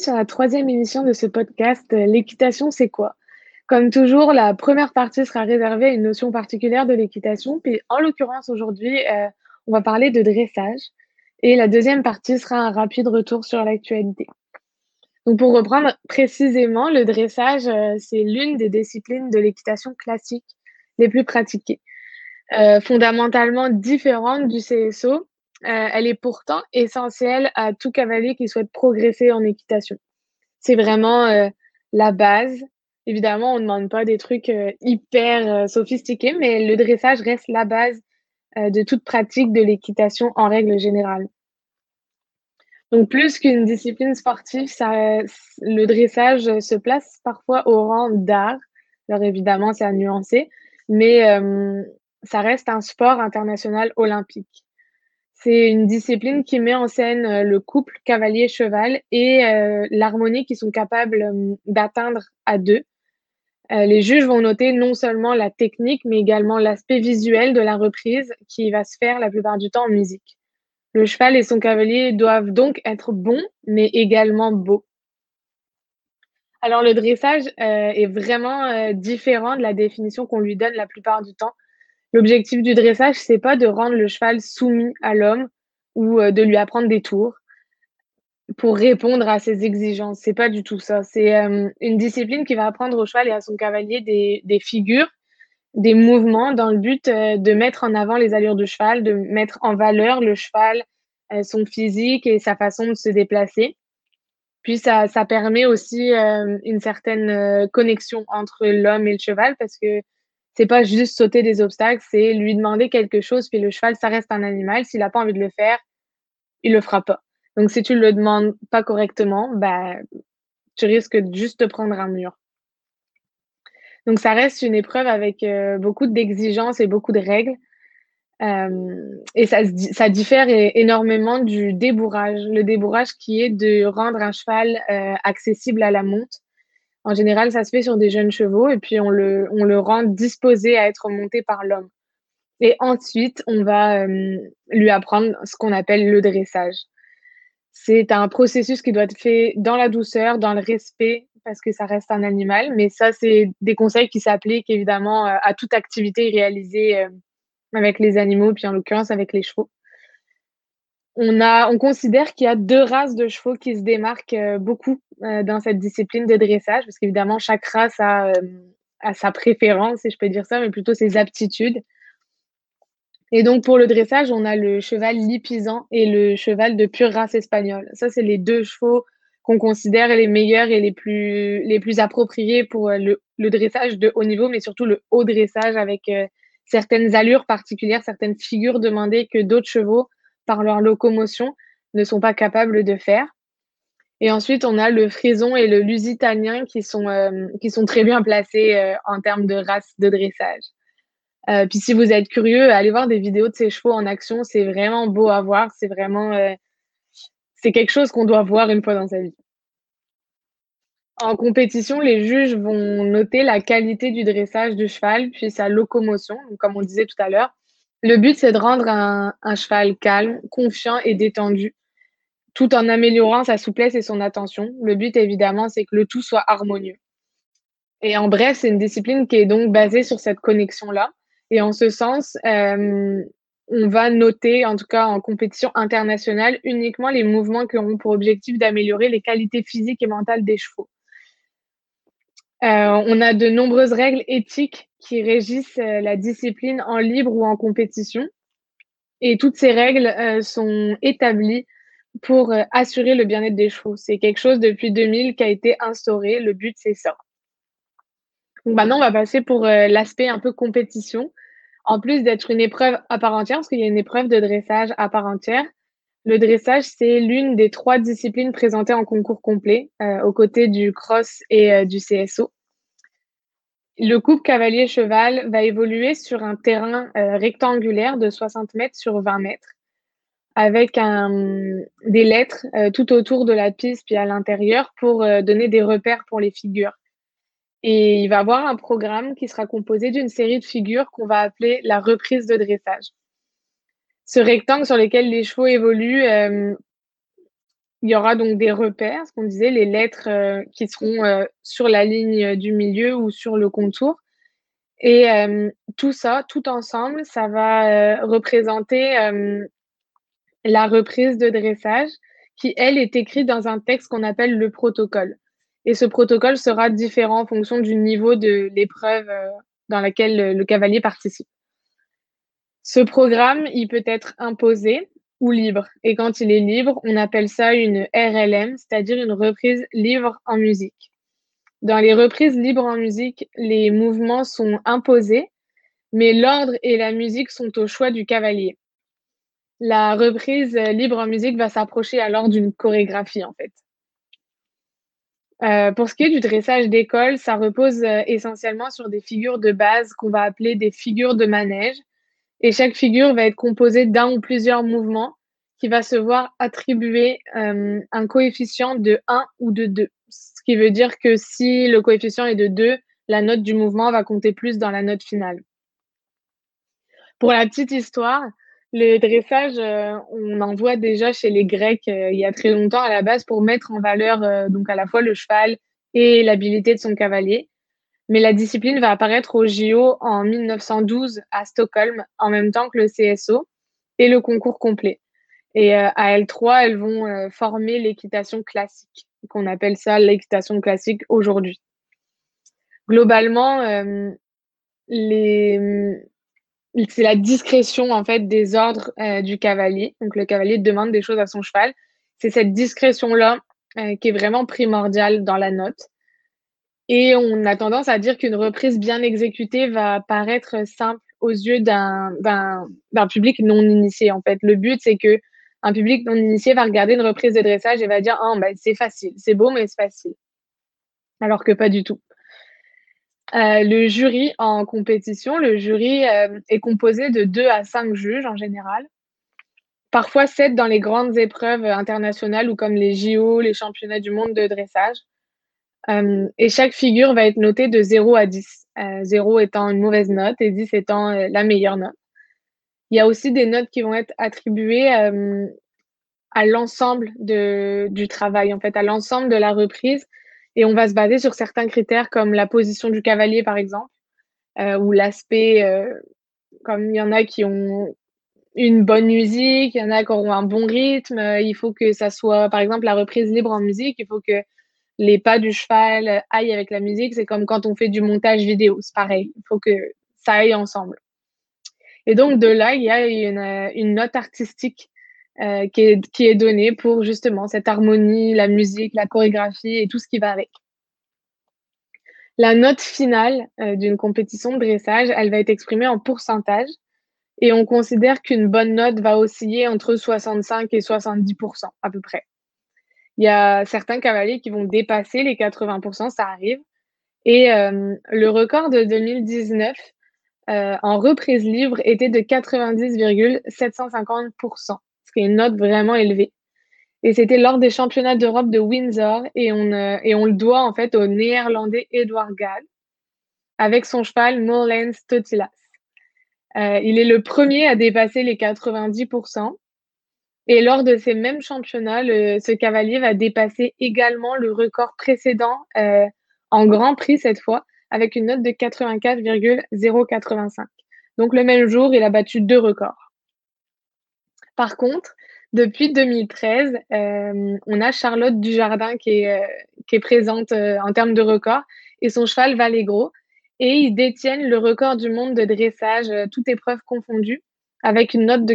sur la troisième émission de ce podcast, l'équitation, c'est quoi? Comme toujours, la première partie sera réservée à une notion particulière de l'équitation, puis en l'occurrence aujourd'hui, on va parler de dressage et la deuxième partie sera un rapide retour sur l'actualité. Donc pour reprendre précisément, le dressage, c'est l'une des disciplines de l'équitation classique les plus pratiquées. Fondamentalement différente du CSO, elle est pourtant essentielle à tout cavalier qui souhaite progresser en équitation. C'est vraiment, la base. Évidemment, on ne demande pas des trucs, hyper, sophistiqués, mais le dressage reste la base, de toute pratique de l'équitation en règle générale. Donc plus qu'une discipline sportive, ça le dressage, se place parfois au rang d'art. Alors évidemment, c'est à nuancer, mais ça reste un sport international olympique. C'est une discipline qui met en scène, le couple cavalier-cheval et l'harmonie qu'ils sont capables, d'atteindre à 2. Les juges vont noter non seulement la technique, mais également l'aspect visuel de la reprise qui va se faire la plupart du temps en musique. Le cheval et son cavalier doivent donc être bons, mais également beaux. Alors le dressage, est vraiment, différent de la définition qu'on lui donne la plupart du temps. L'objectif du dressage, c'est pas de rendre le cheval soumis à l'homme ou, de lui apprendre des tours pour répondre à ses exigences. C'est pas du tout ça. C'est, une discipline qui va apprendre au cheval et à son cavalier des figures, des mouvements dans le but, de mettre en avant les allures du cheval, de mettre en valeur le cheval, son physique et sa façon de se déplacer. Puis ça permet aussi, une certaine, connexion entre l'homme et le cheval parce que c'est pas juste sauter des obstacles, c'est lui demander quelque chose, puis le cheval, ça reste un animal. S'il a pas envie de le faire, il le fera pas. Donc si tu le demandes pas correctement, bah, tu risques de juste te prendre un mur. Donc ça reste une épreuve avec, beaucoup d'exigences et beaucoup de règles, et ça diffère énormément du débourrage. Le débourrage qui est de rendre un cheval, accessible à la monte. En général, ça se fait sur des jeunes chevaux et puis on le rend disposé à être monté par l'homme et ensuite on va, lui apprendre ce qu'on appelle le dressage. C'est un processus qui doit être fait dans la douceur, dans le respect, parce que ça reste un animal, mais ça, c'est des conseils qui s'appliquent évidemment, à toute activité réalisée, avec les animaux, puis en l'occurrence avec les chevaux. On considère qu'il y a 2 races de chevaux qui se démarquent, beaucoup, dans cette discipline de dressage, parce qu'évidemment chaque race a sa préférence, si je peux dire ça, mais plutôt ses aptitudes. Et donc pour le dressage, on a le cheval lipizzan et le cheval de pure race espagnole. Ça, c'est les 2 chevaux qu'on considère les meilleurs et les plus appropriés pour, le dressage de haut niveau, mais surtout le haut dressage avec, certaines allures particulières, certaines figures demandées que d'autres chevaux, par leur locomotion, ne sont pas capables de faire. Et ensuite, on a le frison et le lusitanien qui sont très bien placés, en termes de race de dressage. Puis si vous êtes curieux, allez voir des vidéos de ces chevaux en action, c'est vraiment beau à voir, c'est vraiment, c'est quelque chose qu'on doit voir une fois dans sa vie. En compétition, les juges vont noter la qualité du dressage du cheval, puis sa locomotion, donc comme on disait tout à l'heure. Le but, c'est de rendre un cheval calme, confiant et détendu, tout en améliorant sa souplesse et son attention. Le but, évidemment, c'est que le tout soit harmonieux. Et en bref, c'est une discipline qui est donc basée sur cette connexion-là. Et en ce sens, on va noter, en tout cas en compétition internationale, uniquement les mouvements qui auront pour objectif d'améliorer les qualités physiques et mentales des chevaux. On a de nombreuses règles éthiques qui régissent, la discipline en libre ou en compétition et toutes ces règles, sont établies pour, assurer le bien-être des chevaux. C'est quelque chose depuis 2000 qui a été instauré. Le but, c'est ça. Donc maintenant, on va passer pour, l'aspect un peu compétition. En plus d'être une épreuve à part entière, parce qu'il y a une épreuve de dressage à part entière, le dressage, c'est l'une des 3 disciplines présentées en concours complet, aux côtés du cross et du CSO. Le couple cavalier-cheval va évoluer sur un terrain, rectangulaire de 60 mètres sur 20 mètres, avec des lettres, tout autour de la piste puis à l'intérieur pour, donner des repères pour les figures. Et il va avoir un programme qui sera composé d'une série de figures qu'on va appeler la reprise de dressage. Ce rectangle sur lequel les chevaux évoluent, Il y aura donc des repères, ce qu'on disait, les lettres, qui seront, sur la ligne du milieu ou sur le contour et tout ça, tout ensemble, ça va, représenter, la reprise de dressage qui, elle, est écrite dans un texte qu'on appelle le protocole et ce protocole sera différent en fonction du niveau de l'épreuve, dans laquelle le cavalier participe. Ce programme, il peut être imposé ou libre et quand il est libre, on appelle ça une RLM, c'est-à-dire une reprise libre en musique. Dans les reprises libres en musique, les mouvements sont imposés, mais l'ordre et la musique sont au choix du cavalier. La reprise, libre en musique va s'approcher alors d'une chorégraphie, en fait. Pour ce qui est du dressage d'école, ça repose, essentiellement sur des figures de base qu'on va appeler des figures de manège et chaque figure va être composée d'un ou plusieurs mouvements qui va se voir attribuer, un coefficient de 1 ou de 2. Ce qui veut dire que si le coefficient est de 2, la note du mouvement va compter plus dans la note finale. Pour la petite histoire, le dressage, on en voit déjà chez les Grecs, il y a très longtemps à la base pour mettre en valeur, donc à la fois le cheval et l'habileté de son cavalier. Mais la discipline va apparaître aux JO en 1912 à Stockholm, en même temps que le CSO et le concours complet. Et à L3, elles vont, former l'équitation classique, qu'on appelle ça l'équitation classique aujourd'hui. Globalement, les, c'est la discrétion en fait des ordres, du cavalier. Donc le cavalier demande des choses à son cheval. C'est cette discrétion-là, qui est vraiment primordiale dans la note. Et on a tendance à dire qu'une reprise bien exécutée va paraître simple aux yeux d'un public non initié, en fait. Le but, c'est qu'un public non initié va regarder une reprise de dressage et va dire: «Ah, bah, c'est facile, c'est beau, mais c'est facile». Alors que pas du tout. Le jury en compétition, le jury, est composé de 2 à 5 juges en général. Parfois 7 dans les grandes épreuves, internationales ou comme les JO, les championnats du monde de dressage. Et chaque figure va être notée de 0 à 10, 0 étant une mauvaise note et 10 étant, la meilleure note. Il y a aussi des notes qui vont être attribuées, à l'ensemble du travail, en fait, à l'ensemble de la reprise et on va se baser sur certains critères comme la position du cavalier, par exemple, ou l'aspect, comme il y en a qui ont une bonne musique, il y en a qui auront un bon rythme, il faut que ça soit par exemple, la reprise libre en musique, il faut que les pas du cheval, aillent avec la musique. C'est comme quand on fait du montage vidéo, c'est pareil. Il faut que ça aille ensemble et donc de là, il y a une note artistique, qui est donnée pour justement cette harmonie, la musique, la chorégraphie et tout ce qui va avec. La note finale, d'une compétition de dressage, elle va être exprimée en pourcentage et on considère qu'une bonne note va osciller entre 65 et 70 à peu près. Il y a certains cavaliers qui vont dépasser les 80 ça arrive et le record de 2019, en reprise libre était de 90,750 ce qui est une note vraiment élevée et c'était lors des championnats d'Europe de Windsor et on le doit en fait au Néerlandais Edouard Gal avec son cheval Moorlands Totilas. Il est le premier à dépasser les 90 et lors de ces mêmes championnats, ce cavalier va dépasser également le record précédent, en Grand Prix cette fois, avec une note de 84,085. Donc le même jour, il a battu 2 records. Par contre, depuis 2013, on a Charlotte Dujardin qui est présente, en termes de records et son cheval Vallegro et ils détiennent le record du monde de dressage, toutes épreuves confondues, avec une note de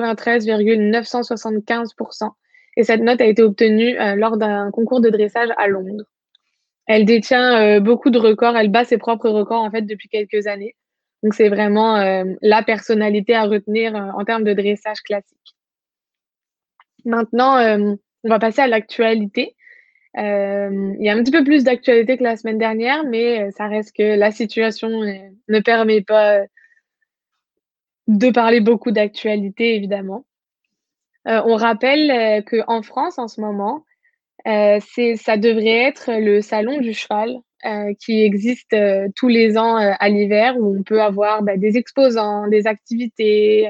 93,975 et cette note a été obtenue, lors d'un concours de dressage à Londres. Elle détient, beaucoup de records, elle bat ses propres records, en fait, depuis quelques années. Donc c'est vraiment, la personnalité à retenir, en termes de dressage classique. Maintenant, on va passer à l'actualité. Il y a un petit peu plus d'actualité que la semaine dernière, mais ça reste que la situation, ne permet pas, de parler beaucoup d'actualité, évidemment. On rappelle, qu'en France, en ce moment, ça devrait être le salon du cheval, qui existe, tous les ans, à l'hiver où on peut avoir, bah, des exposants, des activités,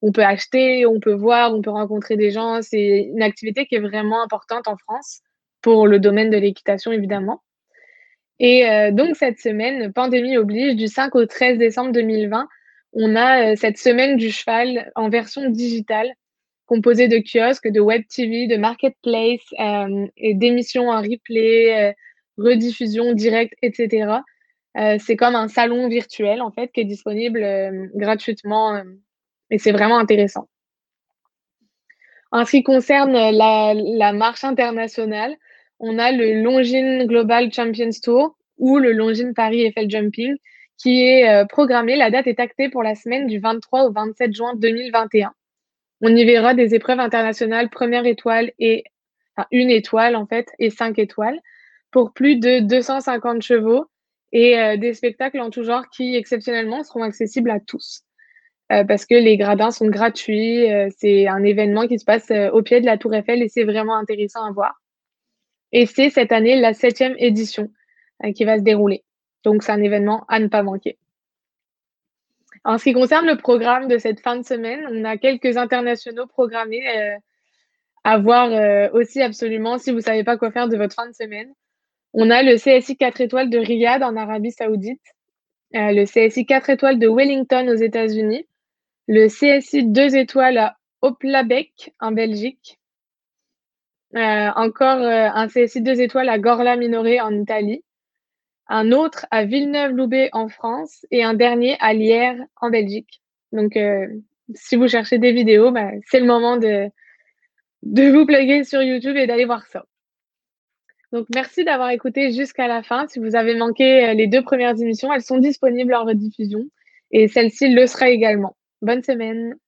on peut acheter, on peut voir, on peut rencontrer des gens. C'est une activité qui est vraiment importante en France pour le domaine de l'équitation, évidemment. Et donc cette semaine, pandémie oblige, du 5 au 13 décembre 2020, on a, cette semaine du cheval en version digitale, composée de kiosques, de web TV, de marketplace, et d'émissions en replay, rediffusion directe et cetera. C'est comme un salon virtuel, en fait, qui est disponible, gratuitement, et c'est vraiment intéressant. En ce qui concerne la marche internationale, on a le Longines Global Champions Tour ou le Longines Paris Eiffel Jumping qui est, programmé. La date est actée pour la semaine du 23 au 27 juin 2021. On y verra des épreuves internationales première étoile et enfin 1 étoile en fait et 5 étoiles pour plus de 250 chevaux et des spectacles en tout genre qui exceptionnellement seront accessibles à tous. Parce que les gradins sont gratuits, c'est un événement qui se passe, au pied de la tour Eiffel et c'est vraiment intéressant à voir et c'est cette année la 7e édition, qui va se dérouler. Donc c'est un événement à ne pas manquer. En ce qui concerne le programme de cette fin de semaine, on a quelques internationaux programmés, à voir, aussi absolument si vous savez pas quoi faire de votre fin de semaine. On a le CSI 4 étoiles de Riyad en Arabie Saoudite, le CSI 4 étoiles de Wellington aux États-Unis, le CSI 2 étoiles à Oplabec en Belgique, encore, un CSI 2 étoiles à Gorla Minore en Italie, un autre à Villeneuve-Loubet en France et un dernier à Lierre en Belgique. Donc, si vous cherchez des vidéos, bah, c'est le moment de vous plugger sur YouTube et d'aller voir ça. Donc merci d'avoir écouté jusqu'à la fin. Si vous avez manqué, les 2 premières émissions, elles sont disponibles en rediffusion et celle-ci le sera également. Bonne semaine.